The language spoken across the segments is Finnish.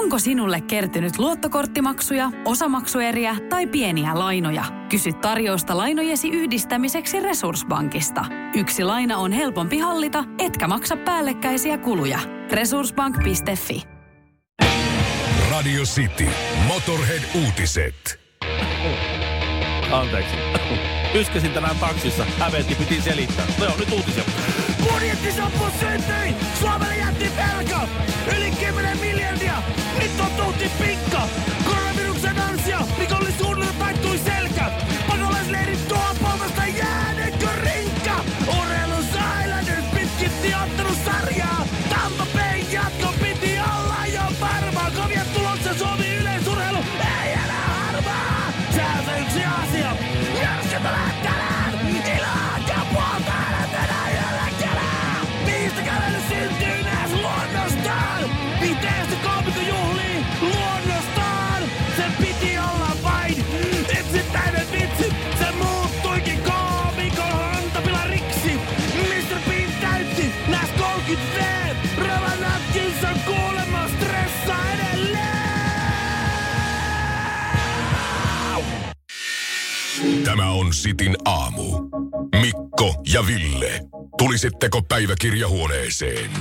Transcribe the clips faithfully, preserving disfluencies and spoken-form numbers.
Onko sinulle kertynyt luottokorttimaksuja, osamaksueriä tai pieniä lainoja? Kysy tarjousta lainojesi yhdistämiseksi Resurssbankista. Yksi laina on helpompi hallita, etkä maksa päällekkäisiä kuluja. Resurssbank piste fi. Radio City. Motorhead-uutiset. Anteeksi. Yskäsin tänään taksissa. Hävetti, piti selittää. No joo, nyt uutisia. Budjettisopu syntyi! Suomelle jätti velka! Yli kymmenen miljardia! Nyt on tuhti pinkka! Koronaviruksen ansio! Rikollisuudella taittui selkä! Pakolaisleirit tuo polvesta jääneekö rinkka? Urheilun Islanders pitkitti ottelusarjaa! Tampa Bay jatko piti olla jo varmaa! Kovia tuloksia Suomi yleisurheilu ei enää harmaa! Säänsä yksi asia! Järskä tulee tänään! Iloa ja puolta älä tänään jälkeenä! Niistä kävely syntyy näes luonnostaan! Vihteestä koomikko juhlii luonnostaan! Sen piti olla vain yksittäinen vitsi! Se muuttuikin koomikon hantapilariksi! mister Bean täytti näs kolmekymmentä V! Rowan Atkinson kuulemma stressaa edelleen! Tämä on Cityn aamu. Mikko ja Ville. Tulisitteko päiväkirjahuoneeseen?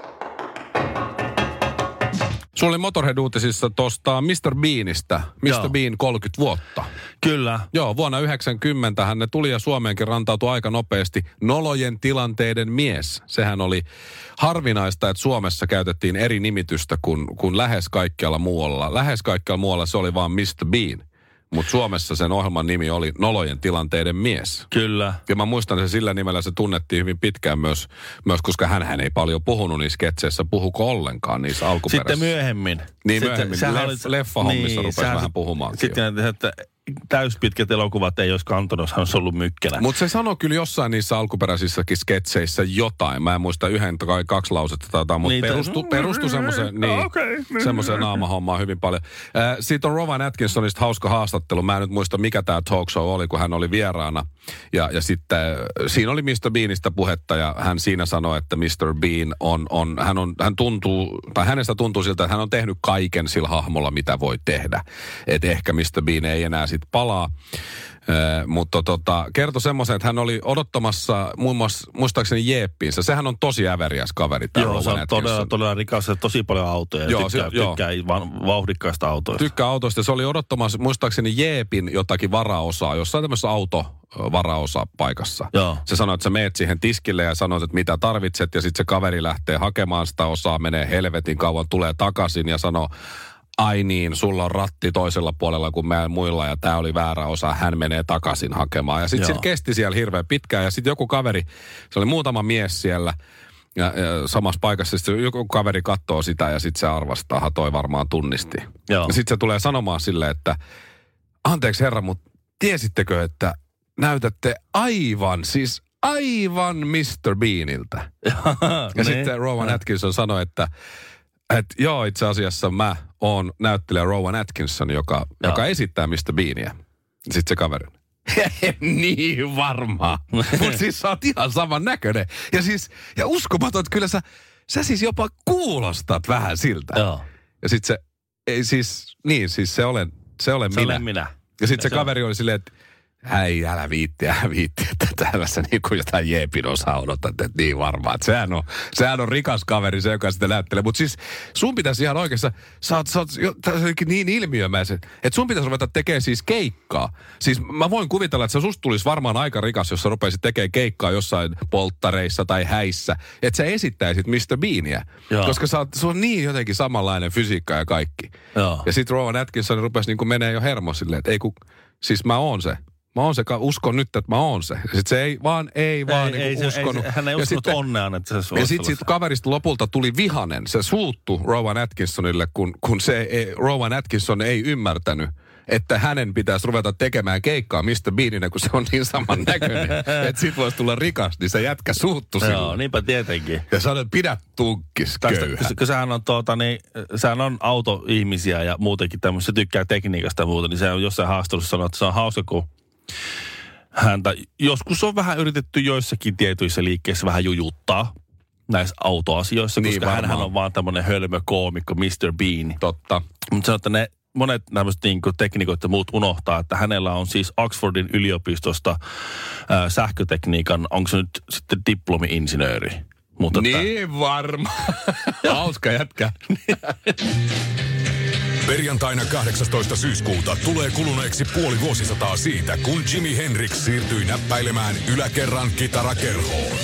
Sulla oli Motorhead-uutisissa tuosta mister Beanistä. mister Joo. Bean kolmekymmentä vuotta. Kyllä. Joo, vuonna yhdeksänkymmentä hän ne tuli ja Suomeenkin rantautui aika nopeasti. Nolojen tilanteiden mies. Sehän oli harvinaista, että Suomessa käytettiin eri nimitystä kuin, kuin lähes kaikkialla muualla. Lähes kaikkialla muualla se oli vaan mister Bean. Mutta Suomessa sen ohjelman nimi oli Nolojen tilanteiden mies. Kyllä. Ja mä muistan sen sillä nimellä, se tunnettiin hyvin pitkään myös, myös koska hänhän ei paljon puhunut niissä sketseissä. Puhuko ollenkaan niissä alkuperäisissä? Sitten myöhemmin. Niin Sitten, myöhemmin. Leff, leffahommissa niin, rupesi vähän sit, puhumaan. Sitten että täyspitkät elokuvat ei olisi kantanut, hän olisi ollut mykkänä. Mutta se sanoi kyllä jossain niissä alkuperäisissäkin sketseissä jotain. Mä en muista yhden tai kaksi lausetta tai jotain, mutta perustu, perustu semmoiseen niin, okay. naamahommaan hyvin paljon. Äh, siitä on Rowan Atkinsonista hauska haastattelu. Mä en nyt muista, mikä tämä talk show oli, kun hän oli vieraana. Ja, ja sitten siinä oli mister Beanista puhetta ja hän siinä sanoi, että mister Bean on, on, hän on, hän tuntuu, tai hänestä tuntuu siltä, että hän on tehnyt kaiken sillä hahmolla, mitä voi tehdä. Että ehkä mister Bean ei enää sitten palaa. Äh, mutta tota, kertoi semmoisen, että hän oli odottamassa muun muassa, muistaakseni Jeeppiinsä. Sehän on tosi äveriäs kaveri. Joo, se on todella, todella rikas ja tosi paljon autoja. Joo, tykkää, se, tykkää joo. vauhdikkaista autoista. Tykkää autoista. Se oli odottamassa muistaakseni Jeepin jotakin varaosaa, jossain tämmöisessä autovaraosapaikassa. Joo. Se sanoi, että sä meet siihen tiskille ja sanoit, että mitä tarvitset. Ja sitten se kaveri lähtee hakemaan sitä osaa, menee helvetin kauan, tulee takaisin ja sanoo, ai niin, sulla on ratti toisella puolella kuin meidän muilla ja tämä oli väärä osa, hän menee takaisin hakemaan. Ja sitten sit kesti siellä hirveän pitkään ja sitten joku kaveri, se oli muutama mies siellä ja, ja samassa paikassa, sitten joku kaveri katsoo sitä ja sitten se arvastaa, toi varmaan tunnisti. Joo. Ja sitten se tulee sanomaan silleen, että anteeksi herra, mutta tiesittekö, että näytätte aivan, siis aivan mister Beaniltä. Ja sitten Rowan Atkinson sanoi, että että joo, itse asiassa mä oon näyttelijä Rowan Atkinson, joka, joka esittää mister Beania. Sitten se kaveri. Niin varmaan. Mutta siis sä oot ihan saman näköinen. Ja siis, ja uskomaton, että kyllä sä, sä siis jopa kuulostat vähän siltä. Joo. Ja sitten se, ei siis, niin siis se olen, se olen se minä. Olen minä. Ja sitten se, se kaveri oli silleen, että Häi, älä viitti, älä viitti, että täällä sä niin kuin jotain Jeepin osaa odotat, että niin varmaan. Että sehän on, sehän on rikas kaveri, se joka sitä näyttelee. Mutta siis sun pitäisi ihan oikeassa, sä oot, sä oot niin ilmiömäisen, että sun pitäisi ruveta tekemään siis keikkaa. Siis mä voin kuvitella, että se susta tulisi varmaan aika rikas, jos sä rupeisit tekemään keikkaa jossain polttareissa tai häissä. Että sä esittäisit mister Beania. Joo. Koska sä oot, se on niin jotenkin samanlainen fysiikka ja kaikki. Joo. Ja sit Rowan Atkinson rupesi niin kuin menee jo hermo silleen, että ei kun, siis mä oon se. Mä oon se, uskon nyt, että mä oon se. Sitten se ei vaan, ei vaan ei, niin ei, uskonut. Ei, hän ei uskonut onneaan, että se Ja sitten sit kaverista lopulta tuli vihanen. Se suuttu Rowan Atkinsonille, kun, kun se ei, Rowan Atkinson ei ymmärtänyt, että hänen pitäisi ruveta tekemään keikkaa mister Beanina, kun se on niin saman näköinen. Että sit voisi tulla rikas, niin se jätkä suuttu sille. Joo, niinpä tietenkin. Ja sanoi, pidä tunkkis, köyhä. Kun sehän on, tuota, niin, sehän on autoihmisiä ja muutenkin tämmöistä, se tykkää tekniikasta ja muuta, niin se on jossain haastattelussa sanonut, että se on hauska, kun häntä joskus on vähän yritetty joissakin tietyissä liikkeissä vähän jujuttaa. näissä autoasioissa, niin, koska varmaan. hänhän on vaan tämmöinen hölmökoomikko, mister Bean. Totta. Mutta sanoo, että ne monet tämmöiset niin teknikot ja muut unohtaa, että hänellä on siis Oxfordin yliopistosta ää, sähkötekniikan, onko se nyt sitten diplomi-insinööri? Mutta niin että... varma. Hauska jätkä. Perjantaina kahdeksastoista syyskuuta tulee kuluneeksi puoli vuosisataa siitä, kun Jimi Hendrix siirtyi näppäilemään yläkerran kitarakerhoon.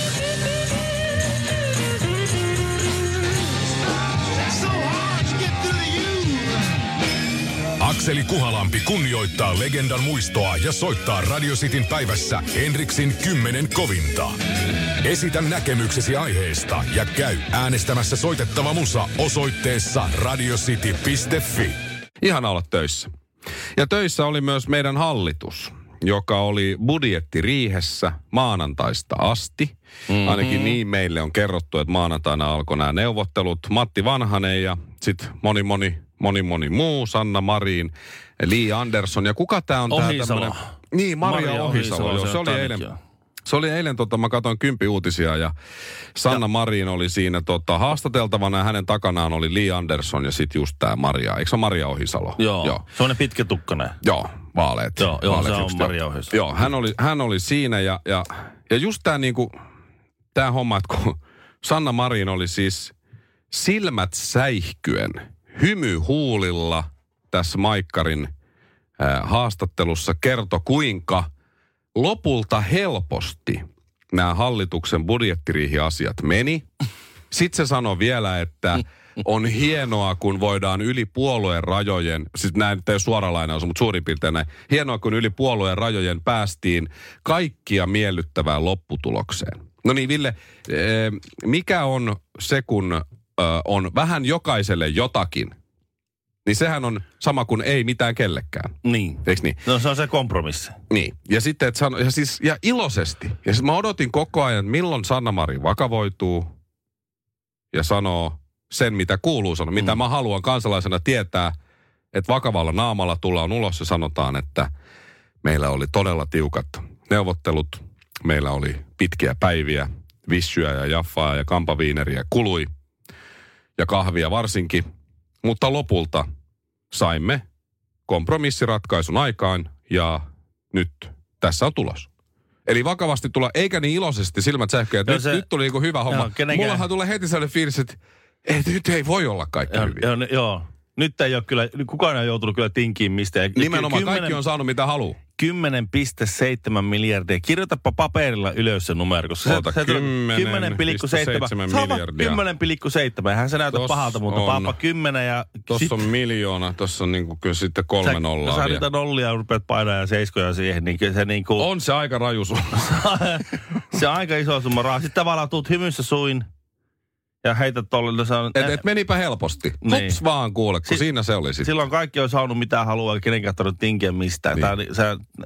Akseli Kuhalampi kunnioittaa legendan muistoa ja soittaa Radio Cityn päivässä Hendrixin kymmenen kovinta. Esitä näkemyksesi aiheesta ja käy äänestämässä soitettava musa osoitteessa radiocity piste fi. Ihana olla töissä. Ja töissä oli myös meidän hallitus, joka oli budjettiriihessä maanantaista asti. Mm-hmm. Ainakin niin meille on kerrottu, että maanantaina alkoi nämä neuvottelut. Matti Vanhanen ja sitten moni, moni, moni, moni muu, Sanna Marin, Li Andersson. Ja kuka tämä on tämä tämmöinen? Niin, Maria, Maria Ohisalo. Ohisalo. Se, se oli eilen. Jo. Se oli eilen, tota, mä katsoin Kympi uutisia ja Sanna ja. Marin oli siinä tota, haastateltavana ja hänen takanaan oli Li Andersson ja sitten just tää Maria. Eikö se ole Maria Ohisalo? Joo, joo. Se on ne pitkätukkainen. Joo, vaaleet. Joo, joo vaaleet se on Maria Ohisalo. Joo, hän oli, hän oli siinä ja, ja, ja just tää niinku, tää homma, että kun Sanna Marin oli siis silmät säihkyen, hymy huulilla tässä Maikkarin äh, haastattelussa kertoi kuinka lopulta helposti nämä hallituksen budjettiriihiasiat meni. Sitten se sanoi vielä, että on hienoa, kun voidaan yli puolueen rajojen, siis näin nyt ei ole suora lainaus, mutta suurin piirtein näin, hienoa, kun yli puolueen rajojen päästiin kaikkia miellyttävään lopputulokseen. No niin, Ville, mikä on se, kun on vähän jokaiselle jotakin, niin sehän on sama kuin ei mitään kellekään. Niin. Eiks niin? No se on se kompromissi. Niin. Ja sitten, että sano, ja siis, ja iloisesti. Ja siis mä odotin koko ajan, milloin Sanna Marin vakavoituu ja sanoo sen, mitä kuuluu sanoa. Mitä mm. mä haluan kansalaisena tietää, että vakavalla naamalla tullaan ulos ja sanotaan, että meillä oli todella tiukat neuvottelut. Meillä oli pitkiä päiviä, vissyä ja jaffaa ja kampaviineriä kului ja kahvia varsinkin. Mutta lopulta saimme kompromissiratkaisun aikaan ja nyt tässä on tulos. Eli vakavasti tulla, eikä niin iloisesti silmät sähköjä, että no nyt, se, nyt tuli niinku hyvä homma. Joo, kenenkään... Mullahan tulee heti sellainen fiilis, että et, nyt ei voi olla kaikki joo, hyvin. Joo, joo. Nyt ei ole kyllä, kukaan ei ole joutunut kyllä tinkiin mistään. Nimenomaan kymmenen, kaikki on saanut mitä haluaa. kymmenen pilkku seitsemän miljardia. Kirjoitapa paperilla ylös se numero, koska Oota, se, kymmenen pilkku seitsemän miljardia. kymmenen pilkku seitsemän. Eihän se näytä pahalta, mutta paapa kymmenen ja... Tuossa on miljoona, tuossa on niinku kyllä sitten kolme sä, nollaa. Sä niitä nollia rupeat painaa ja seiskoja siihen, niin se niinku... On se aika raju summa. Se on aika iso summa rahaa. Sitten tavallaan tuut hymyssä suin. Ja heitä tolle. Että et menipä helposti. Niin. Tups vaan kuule, kun si- siinä se oli sitten. Silloin kaikki on saanut mitä haluaa, ja kenenkään tarvitse tinkiä mistään. Niin. Tää, se,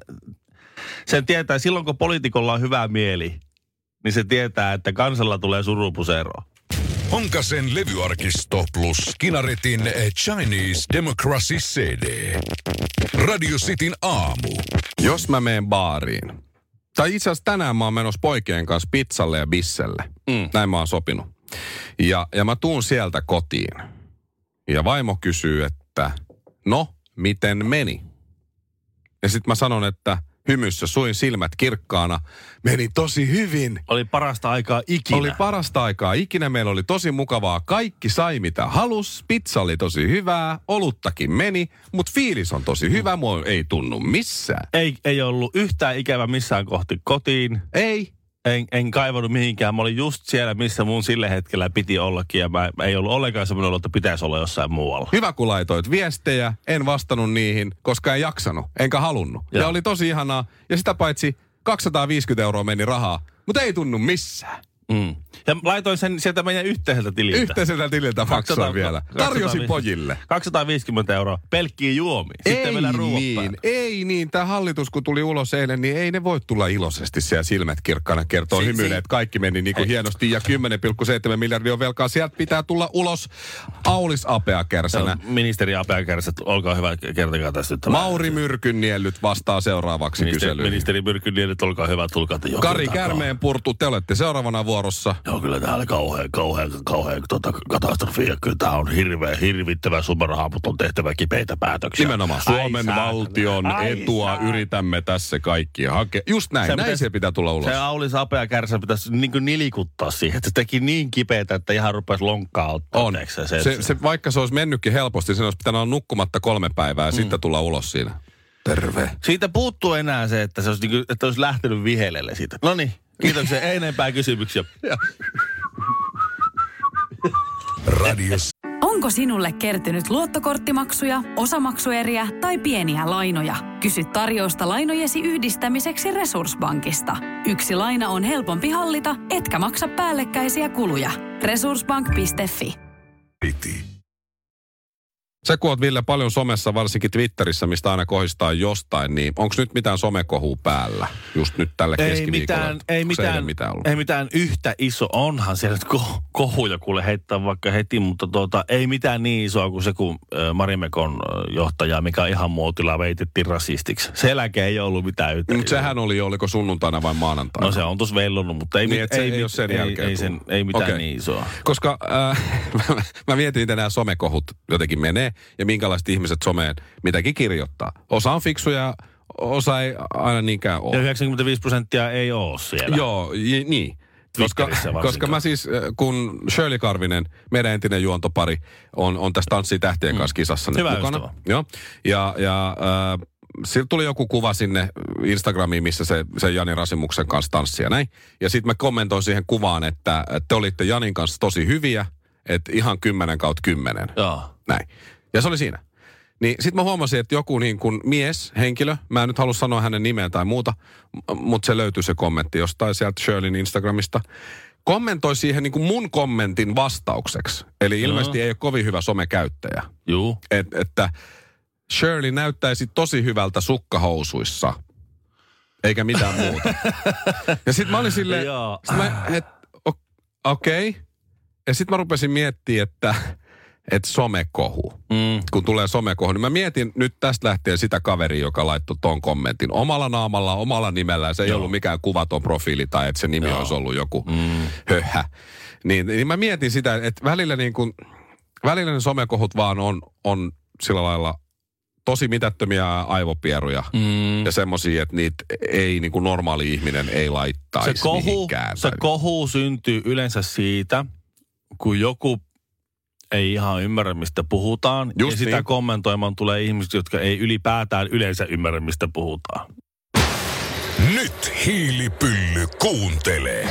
sen tietää, silloin kun poliitikolla on hyvä mieli, niin se tietää, että kansalla tulee surupusero. Honkasen levyarkisto plus Kinaretin Chinese Democracy C D. Radio Cityn aamu. Jos mä menen baariin, tai itse asiassa tänään mä oon menossa poikien kanssa pizzalle ja bisselle. Mm. Näin mä oon sopinut. Ja, ja mä tuun sieltä kotiin. Ja vaimo kysyy, että no, miten meni? Ja sit mä sanon, että hymyssä suin silmät kirkkaana. Meni tosi hyvin. Oli parasta aikaa ikinä. Oli parasta aikaa ikinä. Meillä oli tosi mukavaa. Kaikki sai mitä halus. Pizza oli tosi hyvää. Oluttakin meni. Mutta fiilis on tosi hyvä. Mua ei tunnu missään. Ei, ei ollut yhtään ikävä missään kohti kotiin. Ei. En, en kaivannut mihinkään. Mä olin just siellä, missä mun sillä hetkellä piti ollakin. Ja mä, mä ei ollut ollenkaan semmoinen olo, että pitäisi olla jossain muualla. Hyvä, kun laitoit viestejä. En vastannut niihin, koska en jaksanut. Enkä halunnut. Ja, ja oli tosi ihanaa. Ja sitä paitsi kaksisataaviisikymmentä euroa meni rahaa. Mutta ei tunnu missään. Mm. Ja laitoin sen sieltä meidän yhteiseltä tililtä. Yhteiseltä tililtä maksoin vielä. Tarjosin pojille. kaksisataaviisikymmentä euroa pelkkiä juomia. Sitten ei vielä niin, ei niin. Tämä hallitus, kun tuli ulos eilen, niin ei ne voi tulla iloisesti siellä silmät kirkkana kertoo si- hymyille, si- että kaikki meni niin kuin hienosti ja kymmenen pilkku seitsemän miljardia on velkaa. Sieltä pitää tulla ulos Aulis Apeakärsänä. No, ministeri Apeakärsät, olkaa hyvä, kertakaa tästä. Mauri Myrkynniellyt vastaa seuraavaksi ministeri, kyselyyn. Ministeri Myrkynniellyt, olkaa hyvä, tulkaa te joku Kari Kärmeenpurtu, te olette seuraavana vuorossa. vuorossa. Joo, kyllä tää oli kauhean, kauhean, kauhean tota, katastrofi. Ja kyllä tää on hirveä, hirvittävä superraha, mutta on tehtävä kipeitä päätöksiä. Nimenomaan. Suomen ai valtion ai etua ai yritämme tässä kaikki hakea. Just näin, se näin pitäisi, se pitää tulla ulos. Se Auli Sapea kärsä pitäisi niin kuin nilikuttaa siihen, että se teki niin kipeätä, että ihan rupesi lonkkaa ottaa. On. Se, se, se, se, vaikka se olisi mennytkin helposti, sen olisi pitänyt olla nukkumatta kolme päivää ja mm. sitten tulla ulos siinä. Terve. Siitä puuttuu enää se, että se olisi, niin kuin, että olisi lähtenyt vihelelle siitä. No niin, kiitoksia. Ei enempää kysymyksiä. Radios. Onko sinulle kertynyt luottokorttimaksuja, osamaksueriä tai pieniä lainoja? Kysy tarjousta lainojesi yhdistämiseksi Resurssbankista. Yksi laina on helpompi hallita, etkä maksa päällekkäisiä kuluja. resurssbank piste fi. Sä kun oot, Ville, paljon somessa, varsinkin Twitterissä, mistä aina kohistaa jostain, niin onko nyt mitään somekohua päällä? Just nyt tällä keskiviikolla. Mitään, ei mitään, ei mitään, ei mitään yhtä iso. Onhan siellä nyt ko- kohuja kuule heittää vaikka heti, mutta tuota, ei mitään niin isoa kuin se, kun äh, Marimekon johtaja, mikä ihan muotilla veitettiin rasistiksi. Selkä ei ollut mitään yhtä. Mutta sehän oli jo, oliko sunnuntaina vai maanantaina? No se on tuossa vellonut, mutta ei, niin, mit, ei, ei, ei, sen ei, ei, sen, ei mitään okay. niin isoa. Koska äh, mä mietin, miten nämä somekohut jotenkin menee. Ja minkälaiset ihmiset someen mitäkin kirjoittaa. Osa on fiksuja, osa ei aina niinkään ole. Ja yhdeksänkymmentäviisi prosenttia ei ole siellä. Joo, j- niin. Koska, koska mä siis, kun Shirley Karvinen, meidän entinen juontopari, on, on tässä Tanssii tähtien kanssa kisassa mm. nyt mukana. Joo. Ja, ja äh, sillä tuli joku kuva sinne Instagramiin, missä se, se Jani Rasimuksen kanssa tanssia näin. Ja sitten mä kommentoin siihen kuvaan, että te olitte Janin kanssa tosi hyviä, että ihan kymmenen kautta kymmenen. Joo. Näin. Ja se oli siinä. Niin sit mä huomasin, että joku niin kuin mies, henkilö, mä en nyt halua sanoa hänen nimeä tai muuta, mutta se löytyy se kommentti jostain sieltä Shirleyn Instagramista, kommentoi siihen niin kuin mun kommentin vastaukseksi. Eli ilmeisesti no. ei ole kovin hyvä somekäyttäjä. Juu. Et, että Shirley näyttäisi tosi hyvältä sukkahousuissa, eikä mitään muuta. Ja sit mä olin silleen, että okei. Okay. Ja sit mä rupesin miettimään, että että somekohu. Mm. Kun tulee somekohu, niin mä mietin nyt tästä lähtien sitä kaveria, joka laittoi ton kommentin omalla naamalla, omalla nimellä. Se ei Joo. ollut mikään kuvaton profiili tai että se nimi Joo. olisi ollut joku mm. höhä. Niin, niin mä mietin sitä, että välillä, niin kun, välillä ne somekohut vaan on, on sillä lailla tosi mitättömiä aivopieruja. Mm. Ja semmosia, että niitä ei niin kuin normaali ihminen ei laittaisi se kohu, mihinkään. Se kohu syntyy yleensä siitä, kun joku ei ihan ymmärrä, mistä puhutaan. Just ja sitä niin. kommentoimaan tulee ihmiset, jotka ei ylipäätään yleensä ymmärrä, mistä puhutaan. Nyt Hiilipylly kuuntelee.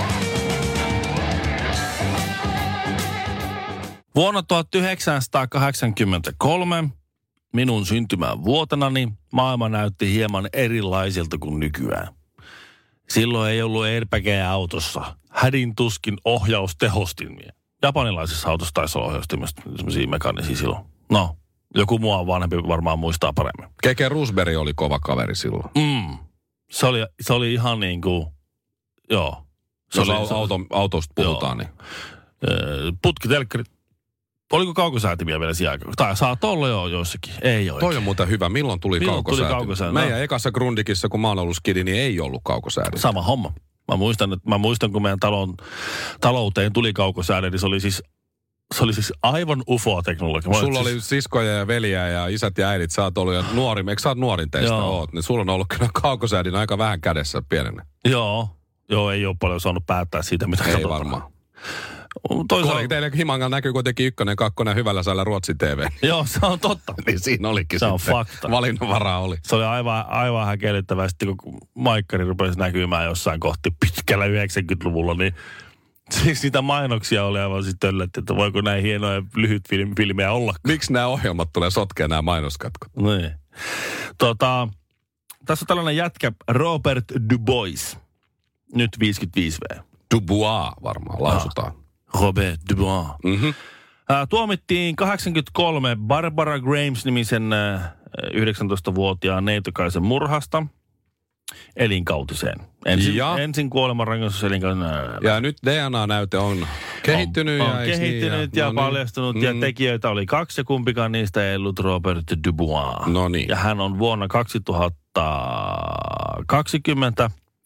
Vuonna tuhatyhdeksänsataakahdeksankymmentäkolme minun syntymään vuotenani maailma näytti hieman erilaiselta kuin nykyään. Silloin ei ollut airbagejä autossa. Hädin tuskin ohjaustehostimia. Japanilaisessa autossa taisi olla ohjaustimista sellaisia mekaanisia silloin. No, joku mua vanhempi varmaan muistaa paremmin. Keke Roosberg oli kova kaveri silloin. Mm. Se oli, se oli ihan niin kuin, joo. Se Jos oli, auto, autosta puhutaan, joo. niin. Putkitelkkari. Oliko kaukosäätimiä vielä siihen aikaan? Tai saat olla jo joissakin. Ei ole. Toi on muuten hyvä. Milloin tuli kaukosäätimi? Meidän no. ekassa Grundikissa, kun mä oon ollut skidi, niin ei ollut kaukosäätimi. Sama homma. Mä muistan, että, mä muistan, kun meidän talon, talouteen tuli kaukosäädä, niin se oli siis, se oli siis aivan ufoa-teknologia. Sulla siis... oli siskoja ja veliä ja isät ja äidit, sä oot ollut ja nuori, eikö sä oot nuorin teistä oot, niin sulla on ollut kyllä kaukosäädin aika vähän kädessä pienenä. Joo, joo, ei ole paljon saanut päättää siitä, mitä ei katsotaan. Varmaan. Toisaalta teille Himangalla näkyy kuitenkin ykkönen, kakkonen hyvällä säällä Ruotsin T V. Joo, se on totta. Niin siinä olikin se sitten. On fakta. Valinnanvaraa oli. Se oli aivan, aivan häkellyttävästi, kun Maikkari rupesi näkymään jossain kohti pitkällä yhdeksänkymmentäluvulla, niin siis niitä mainoksia oli aivan sitten töllötti, että voiko näin hienoja lyhyt film, filmejä olla. Miksi nämä ohjelmat tulee sotkea nämä mainoskatkot? Niin. Tota, tässä on tällainen jätkä Robert Dubois, nyt viisikymmentäviisi vuotias. Dubois varmaan lausutaan. Ah. Robert Dubois. Mm-hmm. Tuomittiin kahdeksankymmentäkolme Barbara Grimes-nimisen yhdeksäntoistavuotiaan neitokaisen murhasta elinkautiseen. Ensin, ensin kuolemanrangaistus elinkautiseen. Ja nyt D N A-näyte on kehittynyt. On, ja on kehittynyt ja, ja no paljastunut niin. Ja tekijöitä oli kaksi ja kumpikaan niistä ei ollut Robert Dubois. No niin. Ja hän on vuonna kaksituhattakaksikymmentä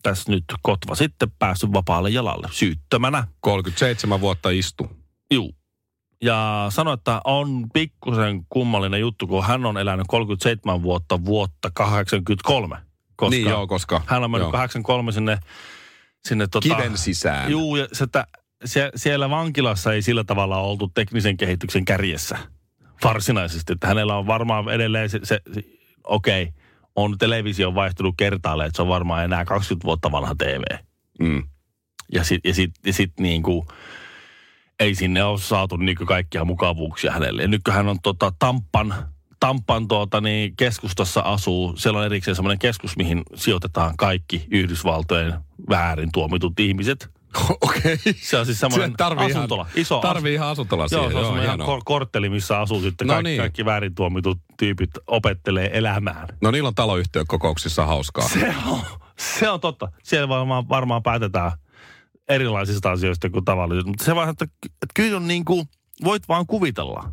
tässä nyt Kotva sitten päässyt vapaalle jalalle syyttömänä. kolmekymmentäseitsemän vuotta istu. Juu. Ja sanoi, että on pikkusen kummallinen juttu, kun hän on elänyt kolmekymmentäseitsemän vuotta vuotta kahdeksankymmentäkolme. Koska niin joo, koska... Hän on mennyt joo. kahdeksankymmentäkolme sinne... sinne tota, kiven sisään. Juu, ja se, että sie, siellä vankilassa ei sillä tavalla oltu teknisen kehityksen kärjessä varsinaisesti. Että hänellä on varmaan edelleen se, se, se okei, okay, on televisio vaihtunut kertaalleen, että se on varmaan enää kaksikymmentä vuotta vanha T V. Mm. Ja sitten ja sit, ja sit niin kuin... ei sinne ole saatu niin kaikkia mukavuuksia hänelle. Ja nyt kun hän on tota, Tampan, Tampan tuota, niin keskustassa asuu, siellä on erikseen semmoinen keskus, mihin sijoitetaan kaikki Yhdysvaltojen väärin tuomitut ihmiset. Okei. Okay. Se on siis semmoinen asuntola. Iso tarvii ihan asuntola siihen. Joo, se on semmoinen ihan kor- kortteli, missä asuu sitten no kaikki, niin. kaikki väärin tuomitut tyypit opettelee elämään. No niillä on taloyhtiökokouksissa hauskaa. Se on, se on totta. Siellä varmaan, varmaan päätetään erilaisista asioista kuin tavallisesti. Mutta se vaan, että, että kyllä on niin kuin, voit vaan kuvitella,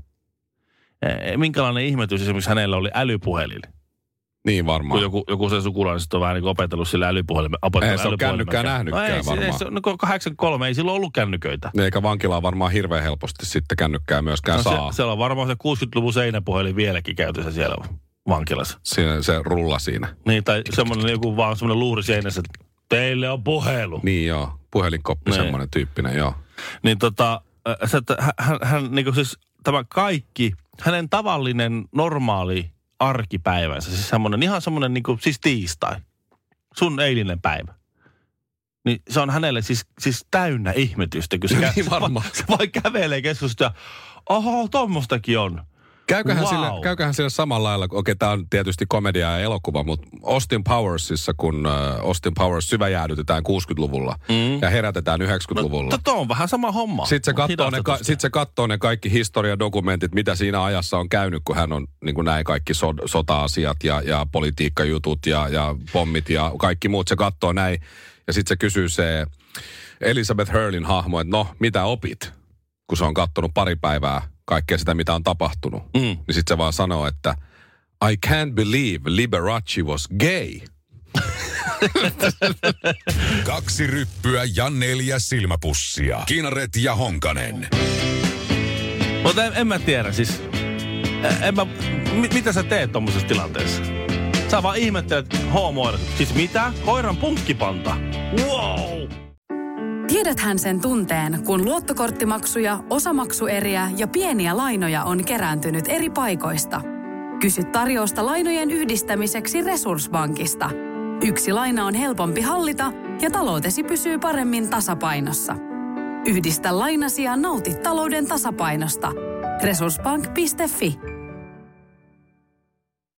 minkälainen ihmetys esimerkiksi hänellä oli älypuhelin. Niin varmaan. Kun joku, joku sen sukulainen on vähän niin kuin opetellut sillä älypuhelimen. Ei se ole kännykkää nähnytkään no, ei, varmaan. Ei, se, no, kahdeksankymmentäkolme ei silloin ollut kännyköitä. Eikä vankilaa varmaan hirveän helposti sitten kännykkää myöskään no, saa. Se, siellä on varmaan se kuusikymmentäluvun seinäpuhelin vieläkin käytössä siellä vankilassa. Siinä, se rulla siinä. Niin, tai semmoinen joku vaan semmoinen luuri seinässä, että teille on puhelu. Niin joo, puhelinkoppi niin. Semmoinen tyyppinen, joo. Niin tota, se, että hän, hän niin kuin siis tämä kaikki, hänen tavallinen normaali arkipäivänsä, siis semmoinen, ihan semmoinen niin kuin, siis tiistai, sun eilinen päivä. Niin se on hänelle siis, siis täynnä ihmetystä, kun se, kä- niin varmaan. se vaan kävelee keskusta ja oho, tommostakin on. Käyköhän, wow. sille, käyköhän sille samalla lailla, okei okay, tämä on tietysti komedia ja elokuva, mutta Austin Powersissa, kun uh, Austin Powers syväjäädytetään kuusikymmentäluvulla mm. ja herätetään yhdeksänkymmentäluvulla. No to on vähän sama homma. Sitten se katsoo ne, ka, sit se katsoo ne kaikki historiadokumentit, mitä siinä ajassa on käynyt, kun hän on niin kuin näin kaikki so, sota-asiat ja, ja politiikkajutut ja, ja pommit ja kaikki muut. Se katsoo näin ja sitten se kysyy se Elizabeth Hurlin hahmo, että no, mitä opit, kun se on katsonut pari päivää kaikkea sitä, mitä on tapahtunut. Mm. Niin sitten se vaan sanoo, että I can't believe Liberace was gay. Kaksi ryppyä ja neljä silmäpussia. Kinaret ja Honkanen. Mutta en, en mä tiedä, siis en mä, mit, mitä sä teet tommosessa tilanteessa? Sä vaan ihmettelet hoomoilla. Siis mitä? Koiran punkkipanta. Wow! Tiedäthän sen tunteen, kun luottokorttimaksuja, osamaksueriä ja pieniä lainoja on kerääntynyt eri paikoista. Kysy tarjousta lainojen yhdistämiseksi Resurssbankista. Yksi laina on helpompi hallita ja taloutesi pysyy paremmin tasapainossa. Yhdistä lainasi ja nauti talouden tasapainosta. Resurssbank piste fi